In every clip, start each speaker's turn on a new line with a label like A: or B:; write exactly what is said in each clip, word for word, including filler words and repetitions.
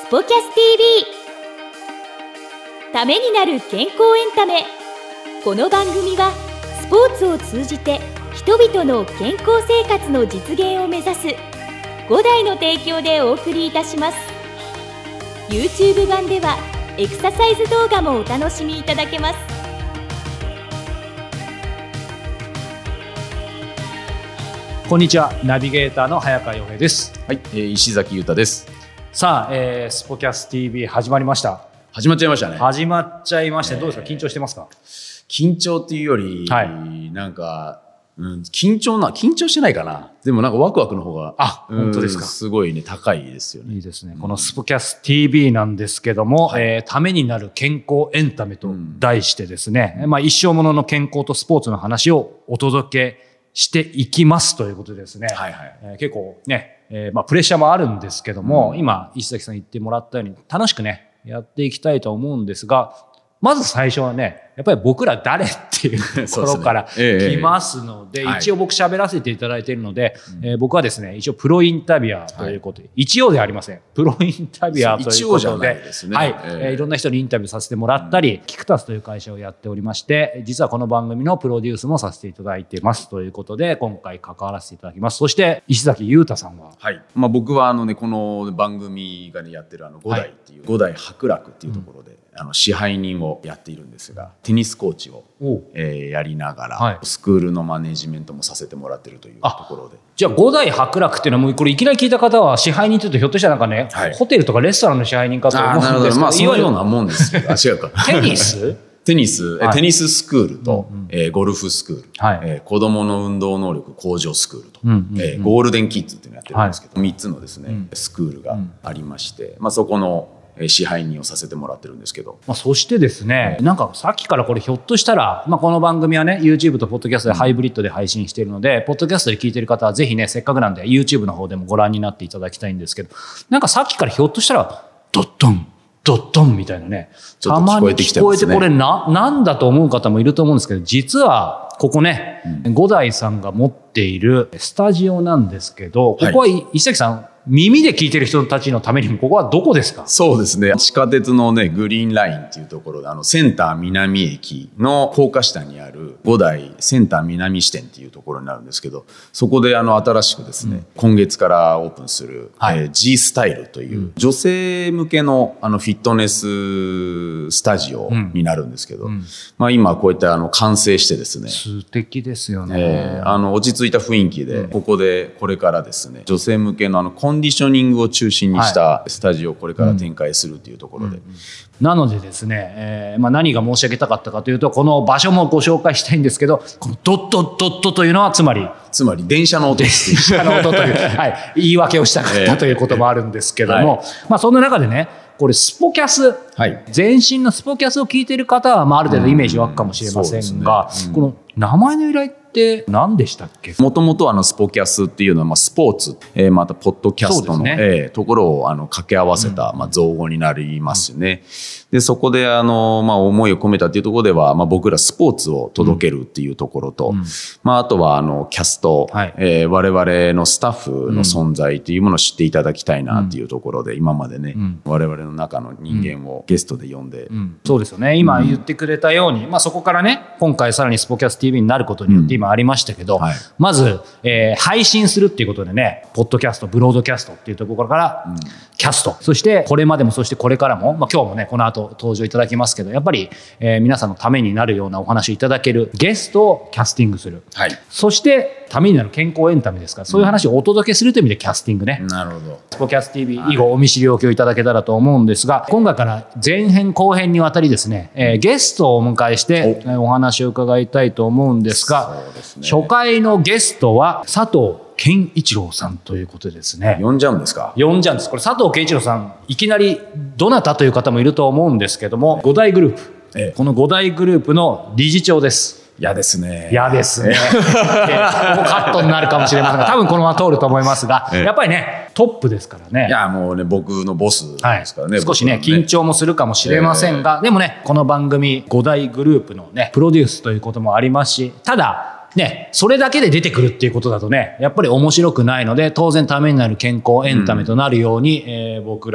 A: スポキャス ティービー ためになる健康エンタメ。この番組はスポーツを通じて人々の健康生活の実現を目指す五代の提供でお送りいたします。 YouTube 版ではエクササイズ動画もお楽しみいただけます。
B: こんにちは、ナビゲーターの早川洋平です。
C: はい、えー、石崎裕太です。
B: さあ、えー、スポキャス ティービー 始まりました。
C: 始まっちゃいましたね。
B: 始まっちゃいました。どうですか、緊張してますか？
C: 緊張っていうより、
B: はい、
C: なんか、うん、緊張な緊張してないかな。でもなんかワクワクの方が、
B: あ、本当ですか。
C: すごいね、高いですよね。
B: いいですね。このスポキャス ティービー なんですけども、はい、えー、ためになる健康エンタメと題してですね、うん、まあ一生ものの健康とスポーツの話をお届けしていきますということですね。はいはい、えー、結構ね、えー、まあプレッシャーもあるんですけども、うん、今石崎さん言ってもらったように楽しくねやっていきたいと思うんですが、まず最初はね、やっぱり僕ら誰っていうところから来ますので、一応僕喋らせていただいているので、えー、僕はですね、一応プロインタビュアーということで、はい、一応ではありません。プロインタビュアーということで、ではい、えー、いろんな人にインタビューさせてもらったり、うん、キクタスという会社をやっておりまして、実はこの番組のプロデュースもさせていただいていますということで、今回関わらせていただきます。そして石崎裕太さんは、
C: はい、まあ、僕はあのね、この番組がねやってるあの五代っていう、はい、五代伯楽っていうところで、うん、あの支配人をやっているんですが、テニスコーチを、えー、やりながら、はい、スクールのマネジメントもさせてもらっているというところで。
B: じゃあ五代伯楽っていうのはもうこれいきなり聞いた方は支配人というとひょっとしたらなんかね、はい、ホテルとかレストランの支配人かと思うんですけど、あ、なるほど、
C: まあ、そのようなもんですけど、あ、違うか。
B: テニス
C: テニス、はい、テニススクールと、うんうん、えー、ゴルフスクール、はい、えー、子どもの運動能力向上スクールと、うんうんうん、えー、ゴールデンキッズっていうのをやってるんですけど、はい、みっつのですね、うん、スクールがありまして、まあ、そこの支配人をさせてもらってるんですけど、
B: まあ、そしてですね、なんかさっきからこれひょっとしたら、まあ、この番組はね YouTube とポッドキャストでハイブリッドで配信しているので、うん、ポッドキャストで聞いてる方はぜひね、せっかくなんで YouTube の方でもご覧になっていただきたいんですけど、なんかさっきからひょっとしたらドットンドットンみたいなね、
C: ちょっと聞こえてきてますね。
B: たまに聞こえて、これな、なんだと思う方もいると思うんですけど、実はここね、うん、五代さんが持っているスタジオなんですけど、ここは石崎さん、はい、耳で聞いてる人たちのためにもここはどこですか？
C: そうですね、地下鉄のねグリーンラインっていうところで、あのセンター南駅の高架下にある五代センター南支店っていうところになるんですけど、そこであの新しくですね、うん、今月からオープンする、はい、えー、G スタイルという、うん、女性向けのあのフィットネススタジオになるんですけど、うんうん、まあ、今こういったあの完成してですね、
B: 素敵ですよね、
C: えー、あの落ち着いた雰囲気で、うん、ここでこれからですね、女性向けのあのコンディショニングを中心にしたスタジオをこれから展開するというところで、
B: うんうんうん、なのでですね、えーまあ、何が申し上げたかったかというと、この場所もご紹介したいんですけど、このドットドットというのはつまり
C: つまり電車の音です。
B: 電車の音という、はい、言い訳をしたかったということもあるんですけども、えーはい、まあ、そんな中でね、これスポキャス、はい、全身のスポキャスを聞いている方は、まあ、ある程度イメージ湧くかもしれませんが、うん、ね、うん、この名前の由来って何でしたっけ？
C: もともとあのスポキャスっていうのは、まあ、スポーツ、えー、またポッドキャストの、ね、えー、ところをあの掛け合わせた、うん、まあ、造語になりますよね。うん、でそこであの、まあ、思いを込めたっていうところでは、まあ、僕らスポーツを届けるっていうところと、うん、まあ、あとはあのキャスト、はい、えー、我々のスタッフの存在っていうものを知っていただきたいなっていうところで、うん、今までね、うん、我々の中の人間をゲストで呼んで、
B: うんうん、そうですよね、今言ってくれたように、まあ、そこからね、今回さらにスポキャス ティービー になることによって今ありましたけど、うん、はい、まず、えー、配信するっていうことでね、ポッドキャスト、ブロードキャストっていうところから、うん、キャスト、そしてこれまでもそしてこれからも、まあ、今日もねこの後登場いただきますけど、やっぱり、えー、皆さんのためになるようなお話をいただけるゲストをキャスティングする、はい、そしてためになる健康エンタメですから、そういう話をお届けするという意味でキャスティングね、
C: うん、なるほど。
B: スポキャス ティービー 以後お見知りおきをいただけたらと思うんですが、今回から前編後編にわたりですね、えー、ゲストをお迎えしてお, お話を伺いたいと思うんですが、そうですね、初回のゲストは佐藤健一郎さんということでですね。
C: 呼んじゃうんですか？
B: 呼んじゃうんです。これ佐藤健一郎さん、いきなりどなたという方もいると思うんですけども、五大グループ、ええ、この五大グループの理事長です。
C: 嫌ですね。
B: 嫌ですね。でここカットになるかもしれませんが、多分このまま通ると思いますが、ええ、やっぱりねトップですからね。
C: いやもうね、僕のボスですからね。
B: はい、少しね緊張もするかもしれませんが、ええ、でもねこの番組五大グループのねプロデュースということもありますし、ただね、それだけで出てくるっていうことだとね、やっぱり面白くないので、当然ためになる健康エンタメとなるように、うん、えー、僕らで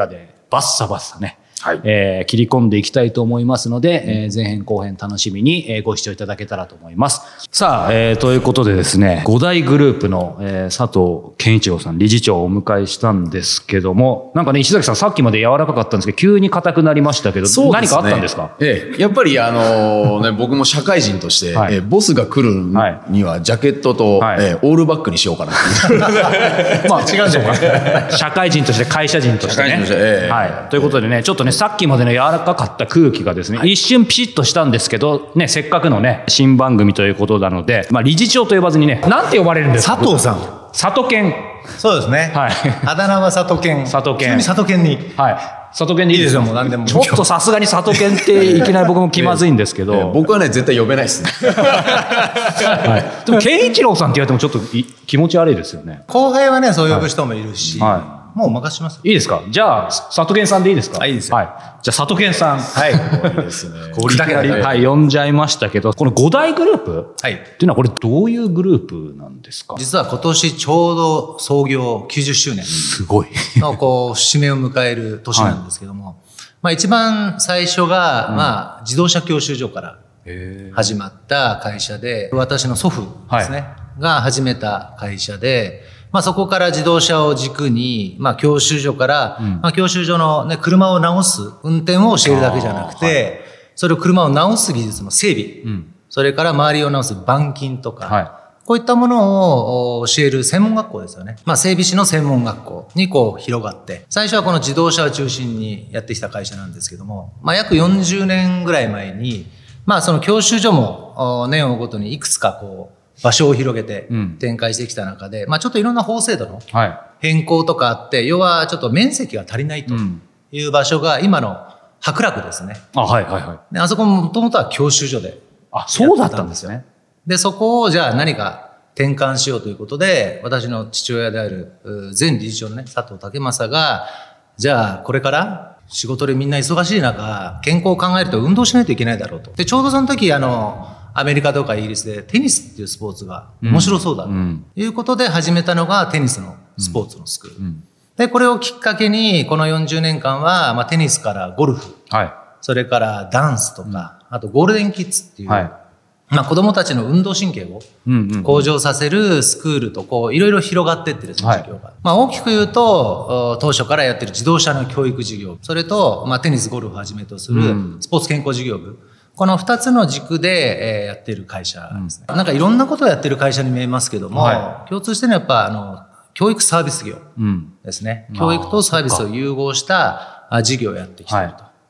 B: バッサバッサね、
C: はい
B: えー、切り込んでいきたいと思いますので、えー、前編後編楽しみに、えー、ご視聴いただけたらと思います。さあ、えー、ということでですね、ご大グループの、えー、佐藤健一郎さん理事長をお迎えしたんですけども、なんかね、石崎さんさっきまで柔らかかったんですけど、急に硬くなりましたけど、
C: そうですね、
B: 何かあったんですか？
C: ええ、やっぱりあのね、僕も社会人として、はい、えボスが来るにはジャケットと、はい、えオールバックにしようかなっていう。
B: まあ違うんじゃない社会人として会社人としてね。社会人として、ええ、はい。ということでね、ちょっとね、さっきまでの柔らかかった空気がですね、はい、一瞬ピシッとしたんですけど、ね、せっかくのね、新番組ということなので、まあ理事長と呼ばずにね、なんて呼ばれるんですか？
D: 佐藤さん。
B: 佐藤健。
D: そうですね。はい。あだ名は佐藤健。
B: 佐藤健。
D: 急に佐藤健に。
B: はい。佐藤健でいいですよ、もう何でも。ちょっとさすがに佐藤健っていきなり僕も気まずいんですけど。えーえー、
C: 僕はね、絶対呼べないですね。
B: はい。でも、健一郎さんって言われてもちょっと気持ち悪いですよね。
D: 後輩はね、そう呼ぶ人もいるし。はい。はいもう任します。
B: いいですか？じゃあ、佐藤健さんでいいですか？
D: あ、いいですよ。
B: はい。じゃあ、佐藤健さん。
D: はい。いいですね。
B: これだけはい、呼んじゃいましたけど、このご大グループはい。っていうのはこれどういうグループなんですか？
D: 実は今年ちょうど創業きゅうじゅっしゅうねん。
B: すごい。
D: の、こう、節目を迎える年なんですけども、はい、まあ一番最初が、うん、まあ自動車教習所から始まった会社で、私の祖父ですね、はい、が始めた会社で、まあそこから自動車を軸に、まあ教習所から、うん、まあ教習所のね、車を直す、運転を教えるだけじゃなくて、はい、それを車を直す技術の整備、うん、それから周りを直す板金とか、はい、こういったものを教える専門学校ですよね。まあ整備士の専門学校にこう広がって、最初はこの自動車を中心にやってきた会社なんですけども、まあ約よんじゅうねんぐらい前に、まあその教習所も年を追うごとにいくつかこう、場所を広げて展開してきた中で、うん、まあちょっといろんな法制度の変更とかあって、はい、要はちょっと面積が足りないという場所が今の白楽ですね。
B: あ、はいはいはい。
D: で、あそこももともとは教習所で。
B: あ、そうだったんですよね。
D: で、そこをじゃあ何か転換しようということで、私の父親である前理事長のね、佐藤武正が、じゃあこれから仕事でみんな忙しい中、健康を考えると運動しないといけないだろうと。で、ちょうどその時、あの、アメリカとかイギリスでテニスっていうスポーツが面白そうだということで始めたのがテニスのスポーツのスクール。うんうん、で、これをきっかけにこのよんじゅうねんかんは、まあ、テニスからゴルフ、はい、それからダンスとか、あとゴールデンキッズっていう、はい、まあ、子供たちの運動神経を向上させるスクールとこういろいろ広がってってですね、授業が。まあ、大きく言うと、当初からやってる自動車の教育事業、それと、まあ、テニス、ゴルフをはじめとするスポーツ健康事業部、この二つの軸で、えー、やっている会社ですね、うん。なんかいろんなことをやってる会社に見えますけども、はい、共通してるのはやっぱ、あの、教育サービス業ですね。うん、教育とサービスを融合した事業をやってきていると。はい、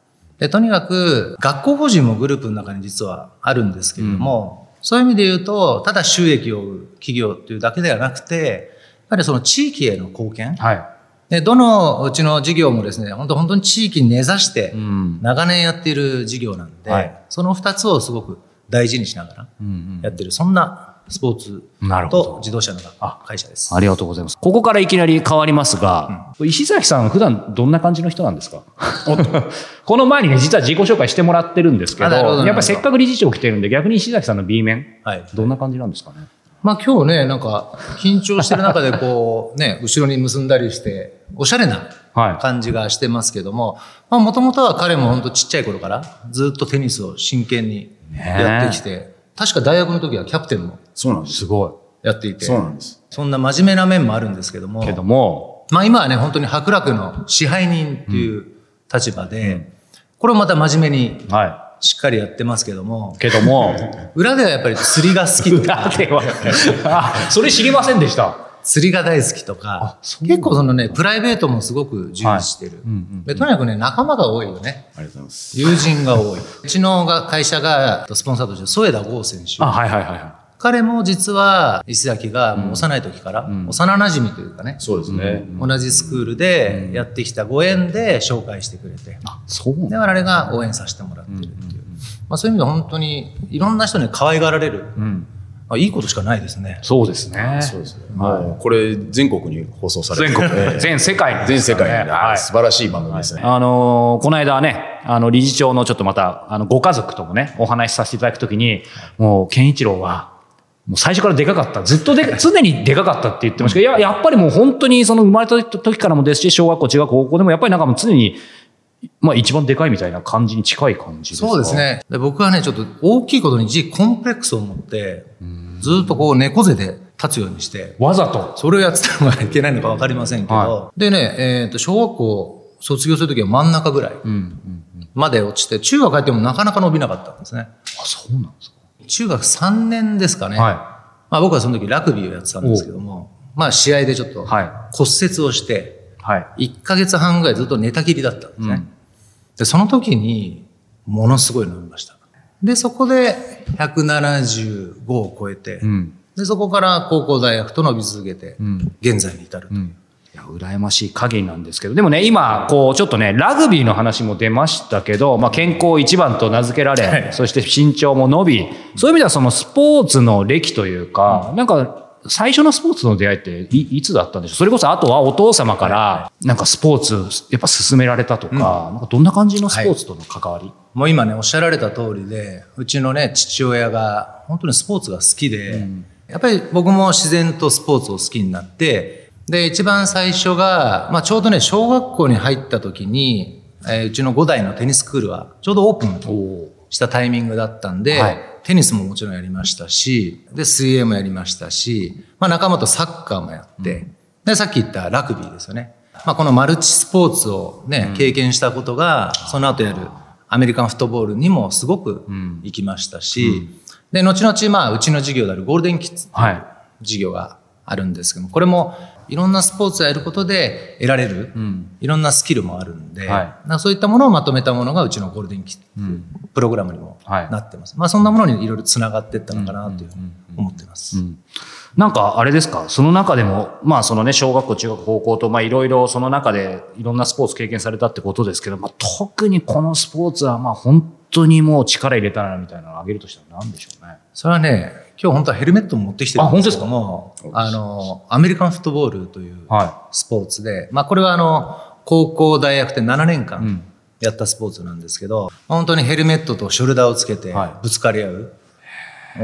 D: で、とにかく、学校法人もグループの中に実はあるんですけれども、うん、そういう意味で言うと、ただ収益を追う企業というだけではなくて、やっぱりその地域への貢献。はいで、どのうちの事業もですね、本当本当に地域に根ざして長年やっている事業なんで、うんはい、その二つをすごく大事にしながらやってる、そんなスポーツと自動車の会社です。
B: ありがとうございます。ここからいきなり変わりますが、うん、石崎さん普段どんな感じの人なんですか？この前にね、実は自己紹介してもらってるんですけど、どやっぱりせっかく理事長来てるんで、逆に石崎さんの B 面、はい、どんな感じなんですかね？
D: まあ今日ね、なんか緊張してる中でこうね、後ろに結んだりして、おしゃれな感じがしてますけども、はい、まあもともとは彼も本当ちっちゃい頃からずっとテニスを真剣にやってきて、確か大学の時はキャプテンも
C: そうなんです。すごい。
D: やっていて、
C: そうなんです。
D: そんな真面目な面もあるんですけども、
B: けども、
D: まあ今はね、本当に白楽の支配人っていう立場で、うん、これをまた真面目に、はいしっかりやってますけども。
B: けども。
D: 裏ではやっぱり釣りが好きとか。
B: 裏では。あ、それ知りませんでした。
D: 釣りが大好きとか。結構そのね、プライベートもすごく重視してる。はいうんうん、でとにかくね、仲間が多いよね。
C: ありがとうございます。
D: 友人が多い。うちの会社がスポンサーとして添田剛選手。
B: あ、はいはいはい。
D: 彼も実は石崎がもう幼い時から、うん、幼馴染というかね、
C: そうですね、
D: 同じスクールでやってきたご縁で紹介してくれて、あ、そうで我々が応援させてもらってるっていう、うんうんまあ、そういう意味で本当にいろんな人に可愛がられる、うんまあ、いいことしかないですね。
B: そうですね。
C: そうですね。もうこれ全国に放送されて
B: 全国、全世界に、
C: ね、全世界に、はい、素晴らしい番組ですね。
B: あのー、この間ね、あの理事長のちょっとまたあのご家族ともねお話しさせていただくときに、もう健一郎はもう最初からでかかった。ずっとで、常にでかかったって言ってましたけど、いや、やっぱりもう本当にその生まれた時からもですし、小学校、中学校、高校でもやっぱりなんかもう常に、まあ一番でかいみたいな感じに近い感じですか？
D: そうですね。で僕はね、ちょっと大きいことに一時コンプレックスを持って、ずっとこう猫背で立つようにして、
B: わざと
D: それをやってたのがいけないのかわかりませんけど、はい、でね、えっと、小学校卒業するときは真ん中ぐらいまで落ちて、中学入ってもなかなか伸びなかったんですね。
B: あ、そうなんですか。
D: 中学さんねんですかね。はい、まあ僕はその時ラグビーをやってたんですけども、まあ試合でちょっと骨折をして、はい、いっかげつはんぐらいずっと寝たきりだったんですね。うん、で、その時にものすごい伸びました。で、そこでひゃくななじゅうごを超えて、うん、で、そこから高校大学と伸び続けて、うん、現在に至ると。うん、
B: いや、羨ましい限りなんですけど、でもね、今、こう、ちょっとね、ラグビーの話も出ましたけど、まあ、健康一番と名付けられ、はい、そして身長も伸び、そういう意味ではそのスポーツの歴というか、うん、なんか、最初のスポーツの出会いってい、いつだったんでしょう？それこそあとはお父様から、なんかスポーツ、やっぱ進められたとか、うん、なんかどんな感じのスポーツとの関わり？はい、
D: もう今ね、おっしゃられた通りで、うちのね、父親が本当にスポーツが好きで、うん、やっぱり僕も自然とスポーツを好きになって、で、一番最初が、まあちょうどね、小学校に入った時に、えー、うちのご代のテニススクールはちょうどオープンしたタイミングだったんで、はい、テニスももちろんやりましたし、で、水泳もやりましたし、まあ仲間とサッカーもやって、うん、で、さっき言ったラグビーですよね。まあこのマルチスポーツをね、うん、経験したことが、その後やるアメリカンフットボールにもすごく行きましたし、うん、で、後々まあうちの授業であるゴールデンキッズっていう授業があるんですけども、これもいろんなスポーツをやることで得られる、うん、いろんなスキルもあるんで、はい、そういったものをまとめたものがうちのゴールデンキッズプログラムにもなってます。はい、まあそんなものにいろいろつながっていったのかなというふうに思ってます。
B: なんかあれですか、その中でも、まあそのね、小学校、中学、高校と、まあいろいろその中でいろんなスポーツ経験されたってことですけど、まあ特にこのスポーツはまあ本当にもう力入れたなみたいなのを挙げるとしたら何でしょうね。
D: それはね、今日本当はヘルメットも持ってきてるんですけども、あの、アメリカンフットボールというスポーツで、はい、まあこれはあの、高校、大学でななねんかんやったスポーツなんですけど、うん、本当にヘルメットとショルダーをつけてぶつかり合う、はい、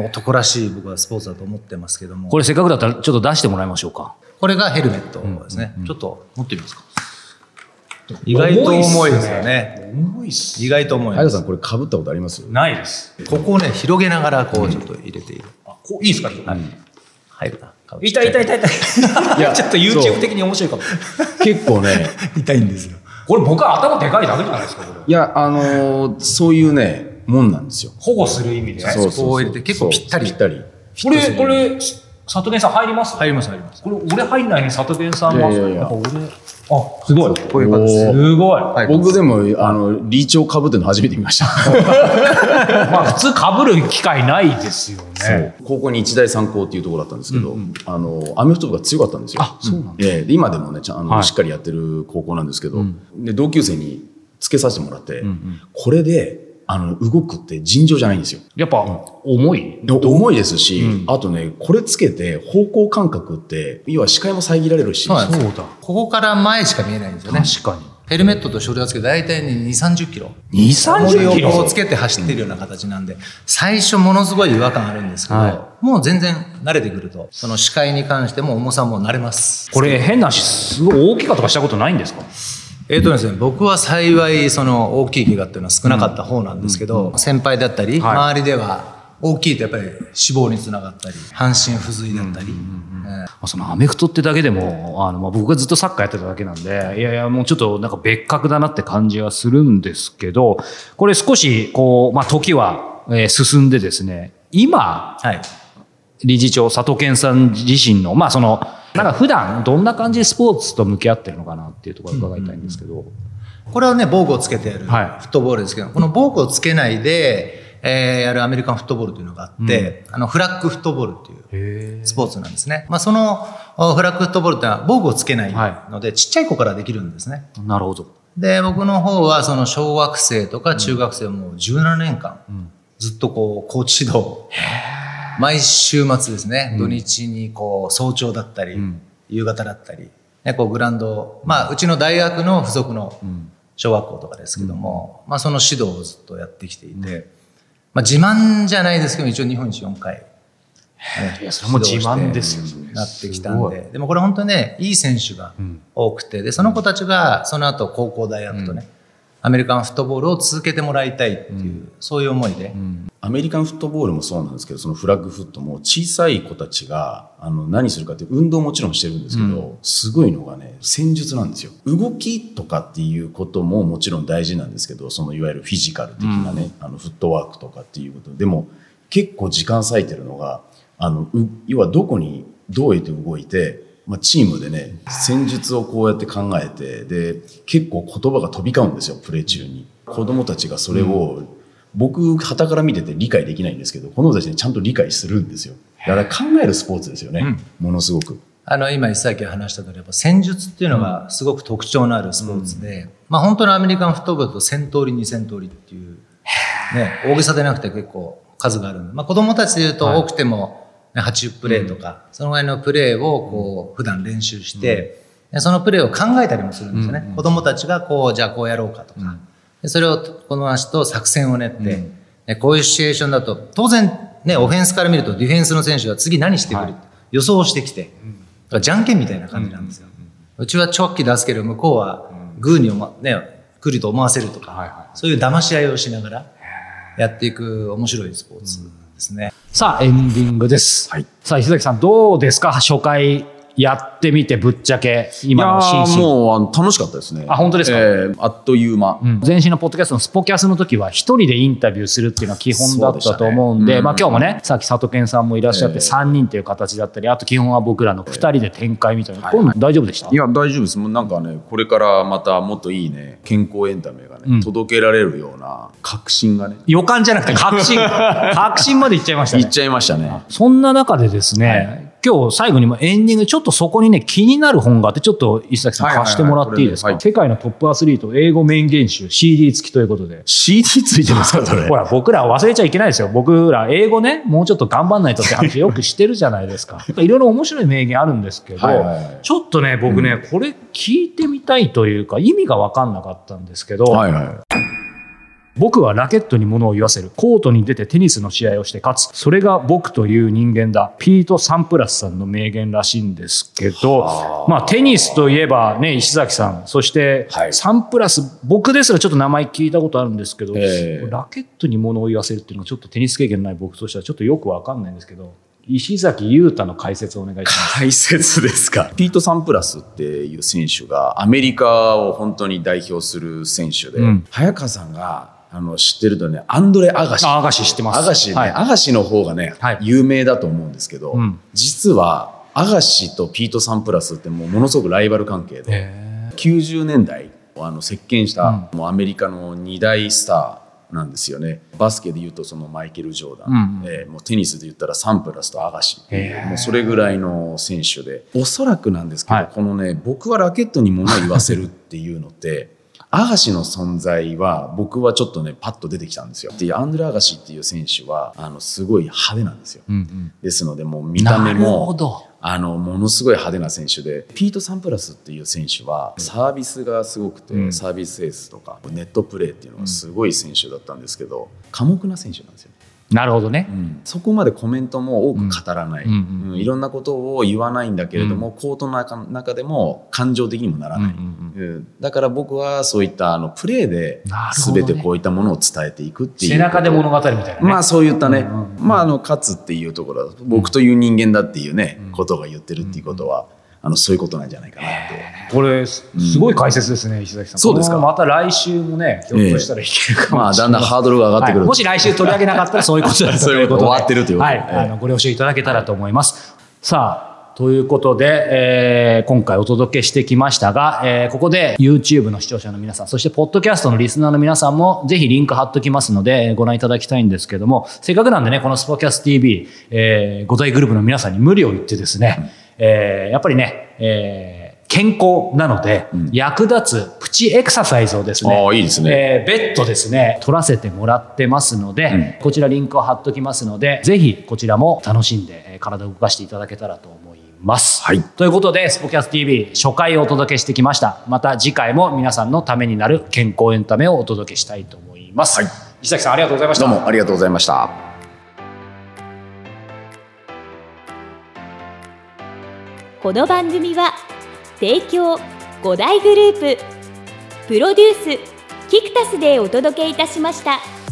D: 男らしい僕はスポーツだと思ってますけども。
B: これせっかくだったらちょっと出してもらいましょうか。
D: これがヘルメットですね。うんうんうん、ちょっと持ってみますか。意外と重いですよね。
B: 重いっす。
D: 意外と重い。
C: はやさんこれ被ったことあります？
B: ないです。
D: ここをね、広げながらこうちょっと入れている。
B: あ、こういいですか？
D: はい。入るな。
B: 痛い痛い痛い痛い。いや、ちょっと YouTube 的に面白いかも。
C: 結構ね、
D: 痛いんですよ。
B: これ僕は頭でかいだけじゃないですか、これ。
C: いや、あのー、そういうね、もんなんですよ。
B: 保護する意味で。
C: そうそうそう。
D: こう入れて結構ぴったり。
C: ぴったり。
B: これ、これ、里弁さん入ります？
D: 入ります、入ります。
B: これ、俺入んないね、里弁さんは。
C: いやいやいや。
B: やっぱ俺、あ、すごい。
D: こういう感じです。
B: すごい。
C: 僕でも、あの、リーチを被ってるの初めて見ました。
B: まあ、普通被る機会ないですよね。
C: 高校に日大三高っていうところだったんですけど、うんうん、あの、アメフト部が強かったんですよ。
B: あ、そうなんです
C: か。ええ、今でもね、ちゃんあの、はい、しっかりやってる高校なんですけど、うん、で、同級生につけさせてもらって、うんうん、これで、あの、動くって尋常じゃないんですよ。
B: やっぱ、重い？
C: 重いですし、うん、あとね、これつけて方向感覚って、要は視界も遮られるし。
D: そうだ。ここから前しか見えないんですよね。
B: 確かに。
D: ヘルメットとショルダーつけて大体にじゅう、さんじゅっキロ。
B: にじゅう、さんじゅっキロ
D: をつけて走ってるような形なんで、最初ものすごい違和感あるんですけど、はい、もう全然慣れてくると、その視界に関しても重さも慣れます。
B: これ変なし、すごい大きかとかしたことないんですか？
D: えーとですね、僕は幸いその大きい怪我っていうのは少なかった方なんですけど、うんうん、先輩だったり、はい、周りでは大きいとやっぱり死亡につながったり半身不随だったり、うんうんうんえー、
B: そのアメフトってだけでもあの、まあ、僕がずっとサッカーやってただけなんでいやいやもうちょっとなんか別格だなって感じはするんですけどこれ少しこう、まあ、時は、えー、進んでですね今、はい、理事長佐藤健さん自身のまあそのなんか普段どんな感じでスポーツと向き合ってるのかなっていうところを伺いたいんですけど、うんうん
D: うん、これはね防具をつけてやるフットボールですけど、はい、この防具をつけないで、えー、やるアメリカンフットボールというのがあって、うん、あのフラッグフットボールっていうスポーツなんですね。まあ、そのフラッグフットボールってのは防具をつけないので、はい、ちっちゃい子からできるんですね。
B: なるほど。
D: で僕の方はその小学生とか中学生をもうじゅうななねんかん、うん、ずっとこうコーチ指導毎週末ですね、うん、土日にこう早朝だったり、うん夕方だったり、ね、こうグラウンド、まあ、うちの大学の付属の小学校とかですけども、うんまあ、その指導をずっとやってきていて、まあ、自慢じゃないですけど一応日本一よんかい
B: いやそれも自慢ですよね。
D: なってきたんで、でもこれ本当にね、いい選手が多くて、でその子たちがその後高校大学とね、うん、アメリカンフットボールを続けてもらいたいっていう、うん、そういう思いで、うん、
C: アメリカンフットボールもそうなんですけど、そのフラッグフットも小さい子たちがあの何するかって運動もちろんしてるんですけど、うん、すごいのがね、戦術なんですよ。動きとかっていうことももちろん大事なんですけど、そのいわゆるフィジカル的なね、うん、あのフットワークとかっていうことでも結構時間割いてるのが、あの要はどこにどうやって動いて、まあ、チームでね戦術をこうやって考えて、で結構言葉が飛び交うんですよ、プレー中に。子供たちがそれを、うん、僕傍から見てて理解できないんですけど、子供たちにちゃんと理解するんですよ。だから考えるスポーツですよね、うん、ものすごく。あの
D: 今さっき話した通り、やっぱ戦術っていうのがすごく特徴のあるスポーツで、うん、まあ本当のアメリカンフットボールとせん通りにせん通りっていうね、大げさでなくて結構数があるんで、まあ子供たちでいうと多くてもはちじゅうプレーとか、うん、そのぐらいのプレーをこう普段練習して、うん、そのプレーを考えたりもするんですよね、うん、子供たちがこうじゃあこうやろうかとか、うん、でそれをこの足と作戦を練って、うん、でこういうシチュエーションだと当然ね、オフェンスから見るとディフェンスの選手が次何してくる、はい、予想してきて、だからじゃんけんみたいな感じなんですよ、うん、うちはチョッキ出すけど向こうはグーに、ね、来ると思わせるとか、はいはい、そういう騙し合いをしながらやっていく面白いスポーツですね、うん。さあエンディングです、はい、さあ石崎さんどうですか、初回やってみてぶっちゃけ今の心身。
C: いやもうあの楽しかったですね。
B: あ、本当ですか。
C: えー、あっという間、うん、
B: 前身のポッドキャストのスポキャスの時は一人でインタビューするっていうのは基本だったと思うんで、ね、うん、まあ今日もね、さっき里健さんもいらっしゃってさんにんという形だったり、あと基本は僕らのふたりで展開みたいな、えー、こういうの大丈夫でした？
C: いや大丈夫です。もうなんかね、これからまたもっといいね健康エンタメがね、うん、届けられるような確信がね、
B: 予感じゃなくて確信確信までいっちゃいましたね。
C: いっちゃいましたね。
B: そんな中でですね、はい、今日最後にもエンディングちょっとそこにね気になる本があって、ちょっと石崎さん貸してもらっていいですか。はいはいはい、世界のトップアスリート英語名言集 シーディー 付きということで。
C: シーディー 付いてますかそれ。
B: ほら僕ら忘れちゃいけないですよ。僕ら英語ねもうちょっと頑張んないとって話よくしてるじゃないですか。いろいろ面白い名言あるんですけど、はいはいはい、ちょっとね僕ね、うん、これ聞いてみたいというか意味が分かんなかったんですけど、はいはい、僕はラケットに物を言わせる。コートに出てテニスの試合をして勝つ。それが僕という人間だ。ピート・サンプラスさんの名言らしいんですけど、まあテニスといえばね、石崎さん、そしてサンプラス、はい、僕ですらちょっと名前聞いたことあるんですけど、えー、ラケットに物を言わせるっていうのはちょっとテニス経験のない僕としてはちょっとよくわかんないんですけど、石崎裕太の解説をお願いします。
C: 解説ですか。ピート・サンプラスっていう選手がアメリカを本当に代表する選手で、うん、早川さんがあの知ってるとね、アンドレ・アガシ。
B: アガシ知ってます。
C: アガシね、はい、アガシの方がね、はい、有名だと思うんですけど、うん、実はアガシとピート・サンプラスってもうものすごくライバル関係で、きゅうじゅうねんだいあの席巻した、うん、もうアメリカのに大スターなんですよね。バスケで言うとそのマイケル・ジョーダン、うんうん、えー、もうテニスで言ったらサンプラスとアガシっていう、もうそれぐらいの選手で、おそらくなんですけど、はい、このね、僕はラケットに物を言わせるっていうのってアガシの存在は僕はちょっとねパッと出てきたんですよ。でアンドレ・アガシっていう選手はあのすごい派手なんですよ、うんうん、ですのでもう見た目もあのものすごい派手な選手で、ピート・サンプラスっていう選手はサービスがすごくて、うん、サービスエースとかネットプレーっていうのがすごい選手だったんですけど、寡黙な選手なんですよ。
B: なるほどね、
C: うん、そこまでコメントも多く語らない、うんうんうん、いろんなことを言わないんだけれども、うん、コートの中、中でも感情的にもならない、うんうんうん、だから僕はそういったあのプレーで全てこういったものを伝えていくっていう、
B: 背中で物語みたいなね、
C: まあそういったね、うんうんうん、まああの勝つっていうところは僕という人間だっていうね、うん、ことが言ってるっていうことは、あのそういうことなんじゃないかなと。
B: これすごい解説ですね、うん、石崎さん。
C: そうですか。
B: また来週もね、ひょっとしたらいけるかもしれない、えー、まあ
C: だんだんハードルが上がってくる、はい、
B: もし来週取り上げなかったらそういうことだということで
C: 終わってるということで、
B: はい、あのご了承いただけたらと思います、はい、さあということで、えー、今回お届けしてきましたが、えー、ここで YouTube の視聴者の皆さん、そしてポッドキャストのリスナーの皆さんもぜひリンク貼っときますのでご覧いただきたいんですけども、せっかくなんでね、このスポキャス ティーブイ、えー、ご大グループの皆さんに無理を言ってですね、うんえー、やっぱりね、えー、健康なので、うん、役立つプチエクササイズをですね、
C: あ、いいですね、
B: えー、別途ですね取らせてもらってますので、うん、こちらリンクを貼っときますので、ぜひこちらも楽しんで体を動かしていただけたらと思います、はい、ということでスポキャス ティーブイ 初回をお届けしてきました。また次回も皆さんのためになる健康エンタメをお届けしたいと思います、はい、石崎さんありがとうございました。
C: どうもありがとうございました。
A: この番組は提供五大グループプロデュースキクタスでお届けいたしました。